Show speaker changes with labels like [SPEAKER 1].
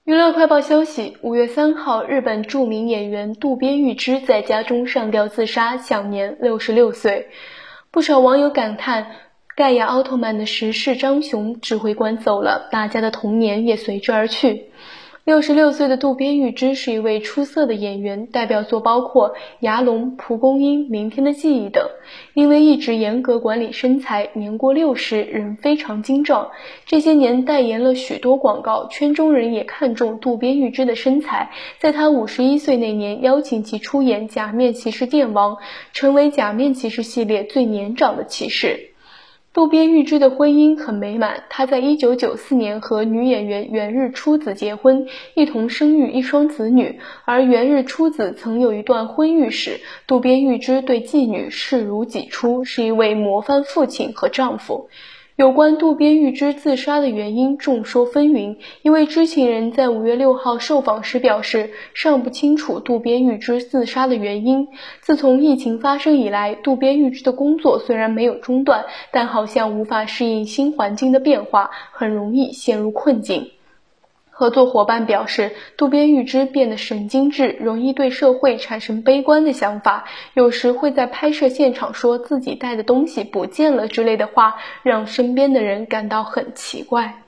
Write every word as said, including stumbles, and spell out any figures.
[SPEAKER 1] 娱乐快报消息，五月三号，日本著名演员渡边裕之在家中上吊自杀，享年六十六岁。不少网友感叹，盖亚奥特曼的时势张雄指挥官走了，大家的童年也随之而去。六十六岁的渡边裕之是一位出色的演员，代表作包括《牙龙》《蒲公英》《明天的记忆》等。因为一直严格管理身材，年过六十人非常精壮，这些年代言了许多广告，圈中人也看中渡边裕之的身材，在他五十一岁那年邀请其出演《假面骑士电王》，成为假面骑士系列最年长的骑士。渡边裕之的婚姻很美满，他在一九九四年和女演员原日出子结婚，一同生育一双子女，而原日出子曾有一段婚育史，渡边裕之对继女视如己出，是一位模范父亲和丈夫。有关渡边裕之自杀的原因众说纷纭，一位知情人在五月六号受访时表示，尚不清楚渡边裕之自杀的原因。自从疫情发生以来，渡边裕之的工作虽然没有中断，但好像无法适应新环境的变化，很容易陷入困境。合作伙伴表示，渡边裕之变得神经质，容易对社会产生悲观的想法，有时会在拍摄现场说自己带的东西不见了之类的话，让身边的人感到很奇怪。